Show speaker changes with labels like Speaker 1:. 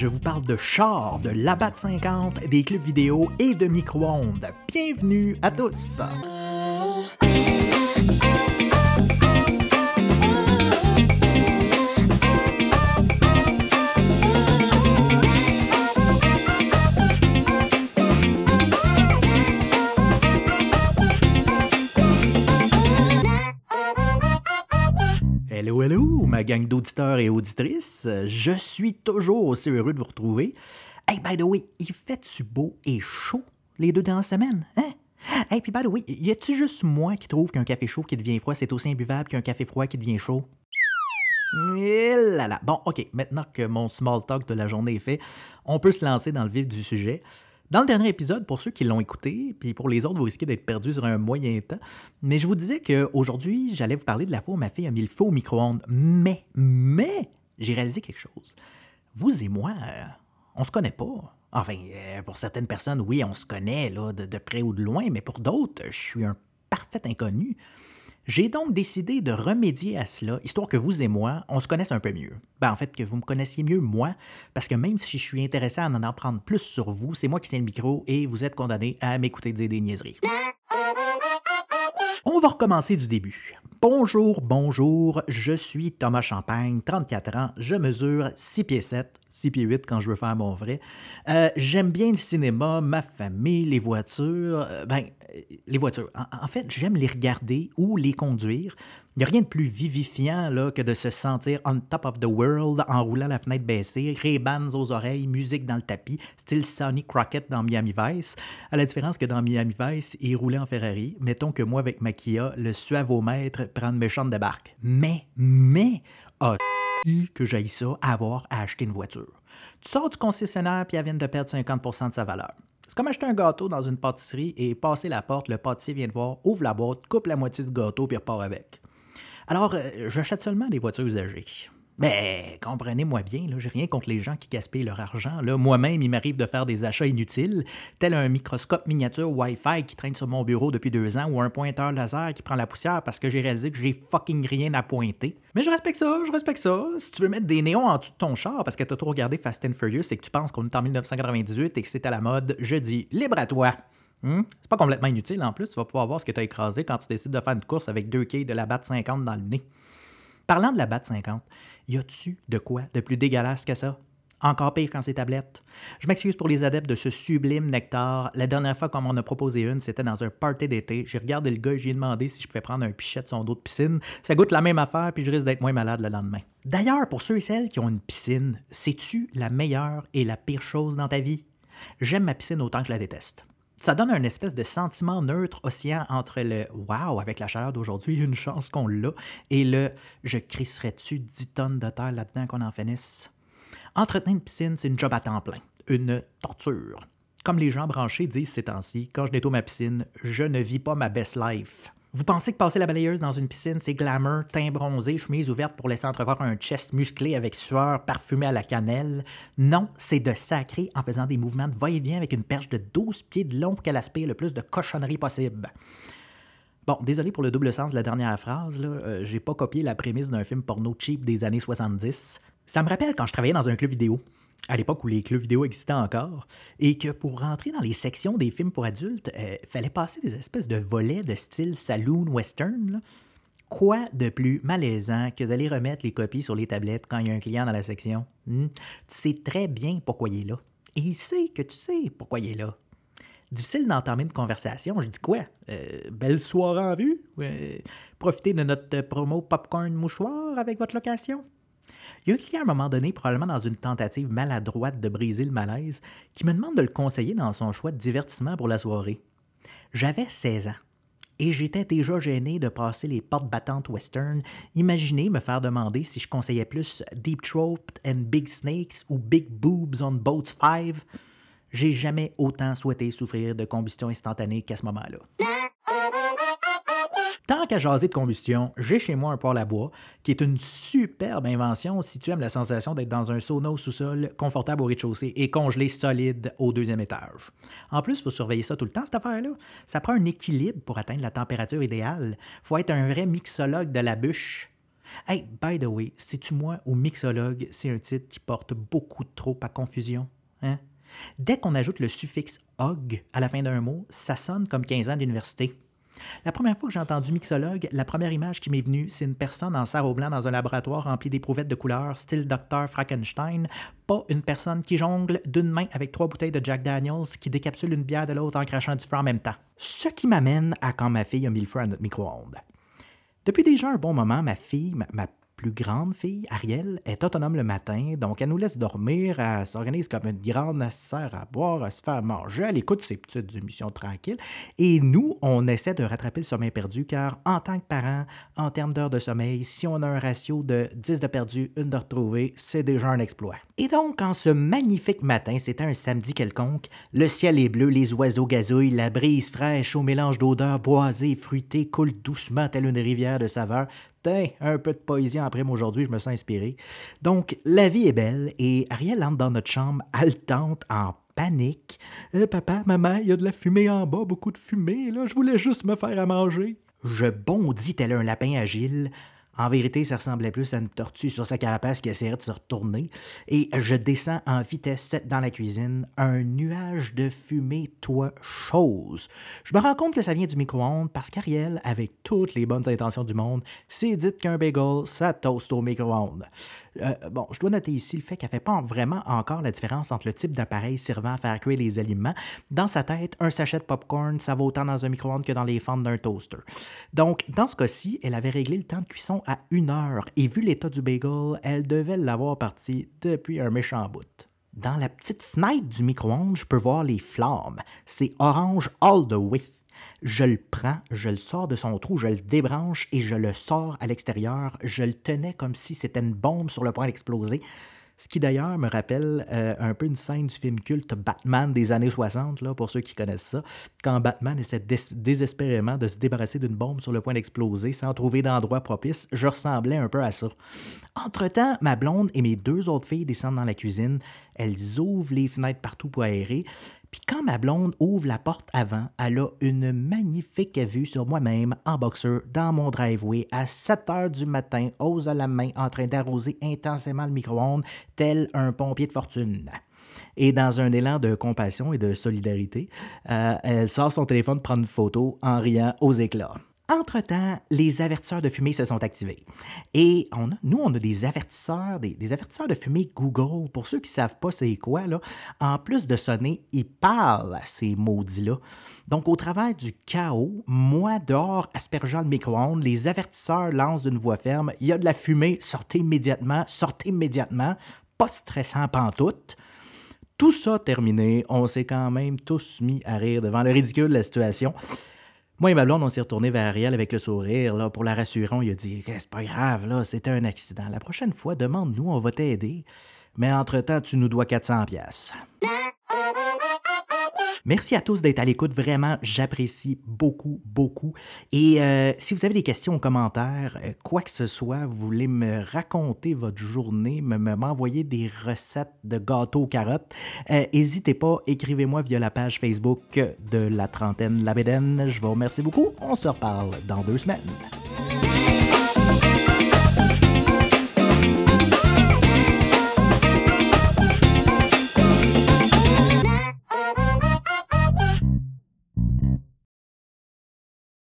Speaker 1: je vous parle de chars, de l'Abat 50, des clubs vidéo et de micro-ondes. Bienvenue à tous! Hello, hello, ma gang d'auditeurs et auditrices. Je suis toujours aussi heureux de vous retrouver. Hey, by the way, il fait-tu beau et chaud les 2 dernières semaines, hein? Hey, puis by the way, y a-tu juste moi qui trouve qu'un café chaud qui devient froid, c'est aussi imbuvable qu'un café froid qui devient chaud? Et là là. Bon, OK, maintenant que mon small talk de la journée est fait, on peut se lancer dans le vif du sujet. Dans le dernier épisode, pour ceux qui l'ont écouté, puis pour les autres, vous risquez d'être perdus sur un moyen temps, mais je vous disais qu'aujourd'hui, j'allais vous parler de la fois où ma fille a mis le feu au micro-ondes. Mais, j'ai réalisé quelque chose. Vous et moi, on se connaît pas. Enfin, pour certaines personnes, oui, on se connaît là, de près ou de loin, mais pour d'autres, je suis un parfait inconnu. J'ai donc décidé de remédier à cela, histoire que vous et moi, on se connaisse un peu mieux. En fait, que vous me connaissiez mieux, moi, parce que même si je suis intéressé à en apprendre plus sur vous, c'est moi qui tiens le micro et vous êtes condamné à m'écouter dire des niaiseries. On va recommencer du début. Bonjour, je suis Thomas Champagne, 34 ans, je mesure 6 pieds 7, 6 pieds 8 quand je veux faire mon vrai. J'aime bien le cinéma, ma famille, les voitures. Les voitures. En fait, j'aime les regarder ou les conduire. Il n'y a rien de plus vivifiant là, que de se sentir on top of the world en roulant la fenêtre baissée, Ray-Bans aux oreilles, musique dans le tapis, style Sonny Crockett dans Miami Vice. À la différence que dans Miami Vice, il roulait en Ferrari. Mettons que moi, avec ma Kia, le suavomètre prend une méchante débarque. Mais, que j'aille ça avoir à acheter une voiture. Tu sors du concessionnaire puis elle vient de perdre 50% de sa valeur. C'est comme acheter un gâteau dans une pâtisserie et passer la porte, le pâtissier vient te voir, ouvre la boîte, coupe la moitié du gâteau puis repart avec. Alors, j'achète seulement des voitures usagées. Mais comprenez-moi bien, là, j'ai rien contre les gens qui gaspillent leur argent. Là. Moi-même, il m'arrive de faire des achats inutiles, tel un microscope miniature Wi-Fi qui traîne sur mon bureau depuis 2 ans ou un pointeur laser qui prend la poussière parce que j'ai réalisé que j'ai fucking rien à pointer. Mais je respecte ça. Si tu veux mettre des néons en dessous de ton char parce que t'as trop regardé Fast and Furious et que tu penses qu'on est en 1998 et que c'est à la mode, je dis libre à toi. C'est pas complètement inutile en plus, tu vas pouvoir voir ce que tu as écrasé quand tu décides de faire une course avec 2 quilles de la BAT 50 dans le nez. Parlant de la BAT 50, y a-tu de quoi de plus dégueulasse que ça? Encore pire quand c'est tablette. Je m'excuse pour les adeptes de ce sublime nectar. La dernière fois qu'on m'en a proposé une, c'était dans un party d'été. J'ai regardé le gars et j'ai demandé si je pouvais prendre un pichet de son dos de piscine. Ça goûte la même affaire puis je risque d'être moins malade le lendemain. D'ailleurs, pour ceux et celles qui ont une piscine, sais-tu la meilleure et la pire chose dans ta vie? J'aime ma piscine autant que je la déteste. Ça donne un espèce de sentiment neutre oscillant entre le « wow, avec la chaleur d'aujourd'hui, une chance qu'on l'a » et le « je crisserais-tu 10 tonnes de terre là-dedans qu'on en finisse ». Entretenir une piscine, c'est une job à temps plein, une torture. Comme les gens branchés disent ces temps-ci, quand je nettoie ma piscine, je ne vis pas ma best life. Vous pensez que passer la balayeuse dans une piscine, c'est glamour, teint bronzé, chemise ouverte pour laisser entrevoir un chest musclé avec sueur parfumée à la cannelle? Non, c'est de sacrer en faisant des mouvements de va-et-vient avec une perche de 12 pieds de long pour qu'elle aspire le plus de cochonneries possible. Bon, désolé pour le double sens de la dernière phrase, là. J'ai pas copié la prémisse d'un film porno cheap des années 70. Ça me rappelle quand je travaillais dans un club vidéo, à l'époque où les clubs vidéo existaient encore, et que pour rentrer dans les sections des films pour adultes, fallait passer des espèces de volets de style saloon western. Là. Quoi de plus malaisant que d'aller remettre les copies sur les tablettes quand il y a un client dans la section? Tu sais très bien pourquoi il est là. Et il sait que tu sais pourquoi il est là. Difficile d'entamer une conversation. Je dis quoi? Belle soirée en vue? Profitez de notre promo Popcorn Mouchoir avec votre location? Il y a un client à un moment donné, probablement dans une tentative maladroite de briser le malaise, qui me demande de le conseiller dans son choix de divertissement pour la soirée. J'avais 16 ans et j'étais déjà gêné de passer les portes battantes western. Imaginez me faire demander si je conseillais plus Deep Throat and Big Snakes ou Big Boobs on Boats 5. J'ai jamais autant souhaité souffrir de combustion instantanée qu'à ce moment-là. Tant qu'à jaser de combustion, j'ai chez moi un poêle à bois, qui est une superbe invention si tu aimes la sensation d'être dans un sauna au sous-sol, confortable au rez-de-chaussée et congelé solide au 2e étage. En plus, il faut surveiller ça tout le temps, cette affaire-là. Ça prend un équilibre pour atteindre la température idéale. Il faut être un vrai mixologue de la bûche. Hey, by the way, sais-tu moi ou mixologue, c'est un titre qui porte beaucoup trop à confusion, hein? Dès qu'on ajoute le suffixe og à la fin d'un mot, ça sonne comme 15 ans d'université. La première fois que j'ai entendu mixologue, la première image qui m'est venue, c'est une personne en sarrau blanc dans un laboratoire rempli d'éprouvettes de couleurs, style Dr. Frankenstein, pas une personne qui jongle d'une main avec 3 bouteilles de Jack Daniels qui décapsule une bière de l'autre en crachant du feu en même temps. Ce qui m'amène à quand ma fille a mis le feu à notre micro-ondes. Depuis déjà un bon moment, ma fille, ma plus grande fille, Ariel, est autonome le matin, donc elle nous laisse dormir, elle s'organise comme une grande, elle se sert à boire, elle se fait à manger, elle écoute ses petites émissions tranquilles. Et nous, on essaie de rattraper le sommeil perdu, car en tant que parent, en termes d'heures de sommeil, si on a un ratio de 10 de perdu, 1 de retrouvé, c'est déjà un exploit. Et donc, en ce magnifique matin, c'était un samedi quelconque, le ciel est bleu, les oiseaux gazouillent, la brise fraîche au mélange d'odeurs boisées et fruitées coule doucement telle une rivière de saveur. Tiens, un peu de poésie en prime aujourd'hui, je me sens inspiré. Donc, la vie est belle et Ariel entre dans notre chambre haletante, en panique. Papa, maman, il y a de la fumée en bas, beaucoup de fumée, là, je voulais juste me faire à manger. Je bondis tel un lapin agile. En vérité, ça ressemblait plus à une tortue sur sa carapace qui essaierait de se retourner. Et je descends en vitesse dans la cuisine, un nuage de fumée, toi, chose. Je me rends compte que ça vient du micro-ondes parce qu'Ariel, avec toutes les bonnes intentions du monde, s'est dit qu'un bagel, ça toast au micro-ondes. Bon, je dois noter ici le fait qu'elle ne fait pas vraiment encore la différence entre le type d'appareil servant à faire cuire les aliments. Dans sa tête, un sachet de popcorn, ça va autant dans un micro-ondes que dans les fentes d'un toaster. Donc, dans ce cas-ci, elle avait réglé le temps de cuisson à 1 heure et vu l'état du bagel, elle devait l'avoir parti depuis un méchant bout. Dans la petite fenêtre du micro-ondes, je peux voir les flammes. C'est orange all the way. Je le prends, je le sors de son trou, je le débranche et je le sors à l'extérieur. Je le tenais comme si c'était une bombe sur le point d'exploser. Ce qui d'ailleurs me rappelle un peu une scène du film culte Batman des années 60, là, pour ceux qui connaissent ça, quand Batman essaie désespérément de se débarrasser d'une bombe sur le point d'exploser sans trouver d'endroit propice. Je ressemblais un peu à ça. Entre-temps, ma blonde et mes 2 autres filles descendent dans la cuisine. Elles ouvrent les fenêtres partout pour aérer. Puis quand ma blonde ouvre la porte avant, elle a une magnifique vue sur moi-même en boxeur dans mon driveway à 7 heures du matin, hausse à la main, en train d'arroser intensément le micro-ondes, tel un pompier de fortune. Et dans un élan de compassion et de solidarité, elle sort son téléphone prendre une photo en riant aux éclats. Entre-temps, les avertisseurs de fumée se sont activés. Et nous, on a des avertisseurs, des avertisseurs de fumée Google. Pour ceux qui ne savent pas c'est quoi, là, en plus de sonner, ils parlent à ces maudits-là. Donc, au travers du chaos, moi, dehors, aspergeant le micro-ondes, les avertisseurs lancent d'une voix ferme « Il y a de la fumée, sortez immédiatement, pas stressant pantoute ». Tout ça terminé, on s'est quand même tous mis à rire devant le ridicule de la situation. Moi et ma blonde, on s'est retourné vers Ariel avec le sourire. Là, pour la rassurer, on lui a dit « C'est pas grave, là, c'était un accident. La prochaine fois, demande-nous, on va t'aider. Mais entre-temps, tu nous dois 400 pièces. » Merci à tous d'être à l'écoute. Vraiment, j'apprécie beaucoup, beaucoup. Et si vous avez des questions ou commentaires, quoi que ce soit, vous voulez me raconter votre journée, m'envoyer des recettes de gâteaux aux carottes, n'hésitez pas, écrivez-moi via la page Facebook de La Trentaine La Bédaine. Je vous remercie beaucoup. On se reparle dans 2 semaines.